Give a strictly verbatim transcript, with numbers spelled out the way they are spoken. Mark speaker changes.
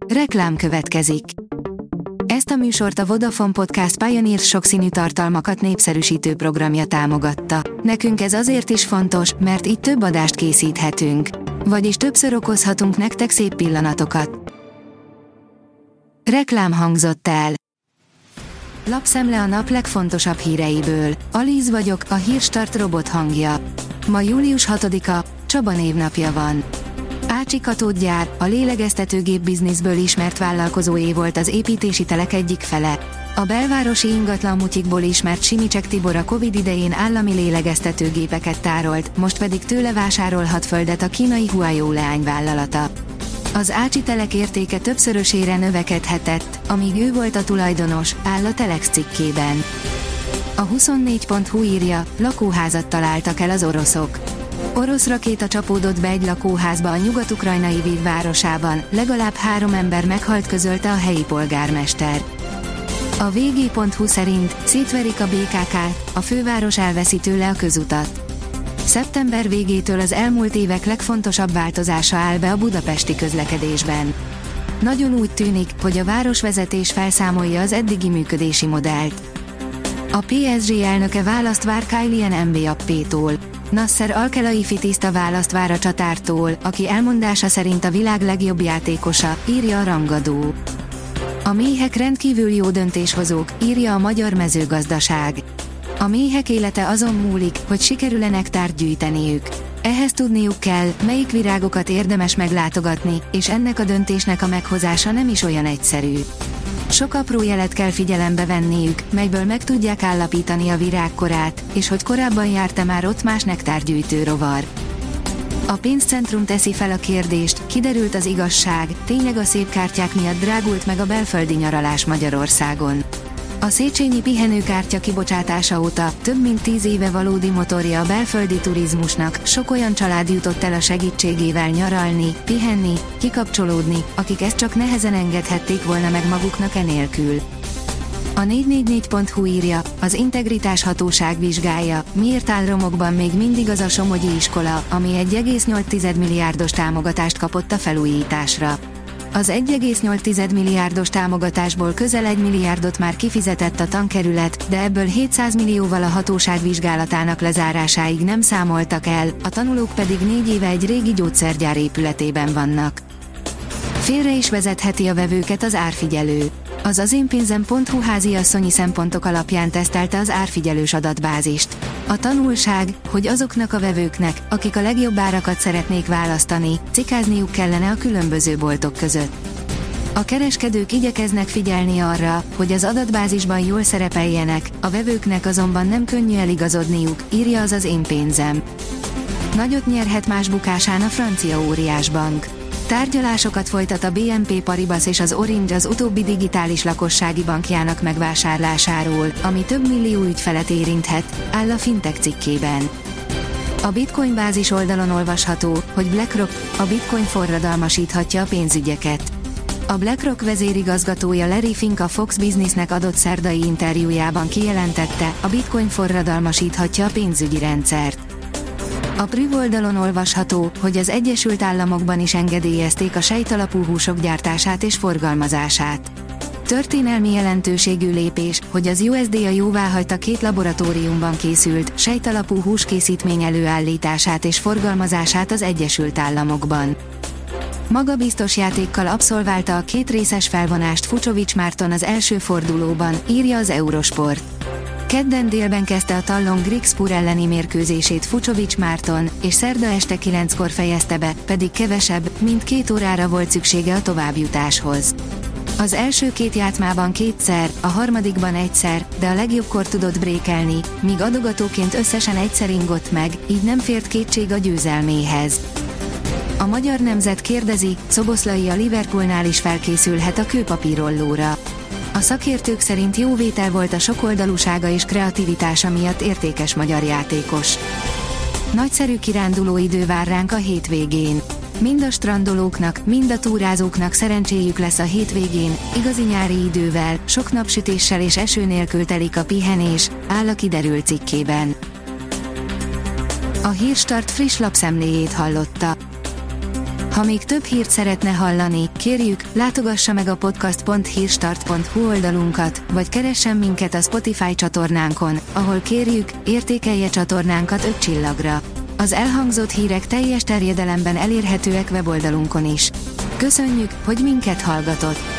Speaker 1: Reklám következik. Ezt a műsort a Vodafone Podcast Pioneer sokszínű tartalmakat népszerűsítő programja támogatta. Nekünk ez azért is fontos, mert így több adást készíthetünk. Vagyis többször okozhatunk nektek szép pillanatokat. Reklám hangzott el. Lapszemle a nap legfontosabb híreiből. Alíz vagyok, a Hírstart robot hangja. Ma július hatodika, Csaba névnapja van. Ácsi Katódgyár, a lélegeztetőgép bizniszből ismert vállalkozóé volt az építési telek egyik fele. A belvárosi ingatlan mutyikból ismert Simicsek Tibor a Covid idején állami lélegeztetőgépeket tárolt, most pedig tőle vásárolhat földet a kínai Huayou leányvállalata. Az Ácsi telek értéke többszörösére növekedhetett, amíg ő volt a tulajdonos, áll a Telex cikkében. A huszonnégy pont hu írja, lakóházat találtak el az oroszok. Orosz rakéta csapódott be egy lakóházba a nyugat-ukrajnai Lviv városában, legalább három ember meghalt, közölte a helyi polgármester. A vé gé pont hu szerint szétverik a bé ká ká-t, a főváros elveszi tőle a közutat. Szeptember végétől az elmúlt évek legfontosabb változása áll be a budapesti közlekedésben. Nagyon úgy tűnik, hogy a városvezetés felszámolja az eddigi működési modellt. A pé es gé elnöke választ vár Kylian Mbappétól. Nasser Al-Khelaifi tiszta választ vár a csatártól, aki elmondása szerint a világ legjobb játékosa, írja a rangadó. A méhek rendkívül jó döntéshozók, írja a Magyar Mezőgazdaság. A méhek élete azon múlik, hogy sikerül-e nektárt gyűjteniük. Ehhez tudniuk kell, melyik virágokat érdemes meglátogatni, és ennek a döntésnek a meghozása nem is olyan egyszerű. Sok apró jelet kell figyelembe venniük, melyből meg tudják állapítani a virágkorát, és hogy korábban járt-e már ott más nektárgyűjtő rovar. A pénzcentrum teszi fel a kérdést, kiderült az igazság, tényleg a szép kártyák miatt drágult meg a belföldi nyaralás Magyarországon. A Széchenyi pihenőkártya kibocsátása óta több mint tíz éve valódi motorja a belföldi turizmusnak, sok olyan család jutott el a segítségével nyaralni, pihenni, kikapcsolódni, akik ezt csak nehezen engedhették volna meg maguknak enélkül. A négy négy négy pont hu írja, az Integritás Hatóság vizsgálja, miért áll romokban még mindig az a somogyi iskola, ami egy egész nyolc milliárdos támogatást kapott a felújításra. Az egy egész nyolc milliárdos támogatásból közel egy milliárdot már kifizetett a tankerület, de ebből hétszáz millióval a hatóság vizsgálatának lezárásáig nem számoltak el, a tanulók pedig négy éve egy régi gyógyszergyár épületében vannak. Félre is vezetheti a vevőket az árfigyelő. Az azénpénzem pont hu háziasszonyi szempontok alapján tesztelte az árfigyelős adatbázist. A tanulság, hogy azoknak a vevőknek, akik a legjobb árakat szeretnék választani, cikázniuk kellene a különböző boltok között. A kereskedők igyekeznek figyelni arra, hogy az adatbázisban jól szerepeljenek, a vevőknek azonban nem könnyű eligazodniuk, írja az az én pénzem. Nagyot nyerhet más bukásán a francia óriásbank. Tárgyalásokat folytat a bé en pé Paribas és az Orange az utóbbi digitális lakossági bankjának megvásárlásáról, ami több millió ügyfelet érinthet, áll a Fintech cikkében. A Bitcoin bázis oldalon olvasható, hogy BlackRock, a Bitcoin forradalmasíthatja a pénzügyeket. A BlackRock vezérigazgatója Larry Fink a Fox Businessnek adott szerdai interjújában kijelentette, a Bitcoin forradalmasíthatja a pénzügyi rendszert. A Prüv oldalon olvasható, hogy az Egyesült Államokban is engedélyezték a sejtalapú húsok gyártását és forgalmazását. Történelmi jelentőségű lépés, hogy az u es dé á jóváhagyta két laboratóriumban készült, sejtalapú húskészítmény előállítását és forgalmazását az Egyesült Államokban. Magabiztos játékkal abszolválta a két részes felvonást Fucsovics Márton az első fordulóban, írja az Eurosport. Kedden délben kezdte a Tallon Grigspur elleni mérkőzését Fucsovics Márton, és szerda este kilenckor fejezte be, pedig kevesebb, mint két órára volt szüksége a továbbjutáshoz. Az első két játszmában kétszer, a harmadikban egyszer, de a legjobbkor tudott brékelni, míg adogatóként összesen egyszer ingott meg, így nem fért kétség a győzelméhez. A Magyar Nemzet kérdezi, Szoboszlai a Liverpoolnál is felkészülhet a kőpapírollóra. A szakértők szerint jó vétel volt a sokoldalúsága és kreativitása miatt értékes magyar játékos. Nagyszerű kirándulóidő vár ránk a hétvégén. Mind a strandolóknak, mind a túrázóknak szerencséjük lesz a hétvégén, igazi nyári idővel, sok napsütéssel és eső nélkül telik a pihenés, áll a kiderült cikkében. A Hírstart friss lapszemléjét hallotta. Ha még több hírt szeretne hallani, kérjük, látogassa meg a podcast pont hírstart pont hu oldalunkat, vagy keressen minket a Spotify csatornánkon, ahol kérjük, értékelje csatornánkat öt csillagra. Az elhangzott hírek teljes terjedelemben elérhetőek weboldalunkon is. Köszönjük, hogy minket hallgatott!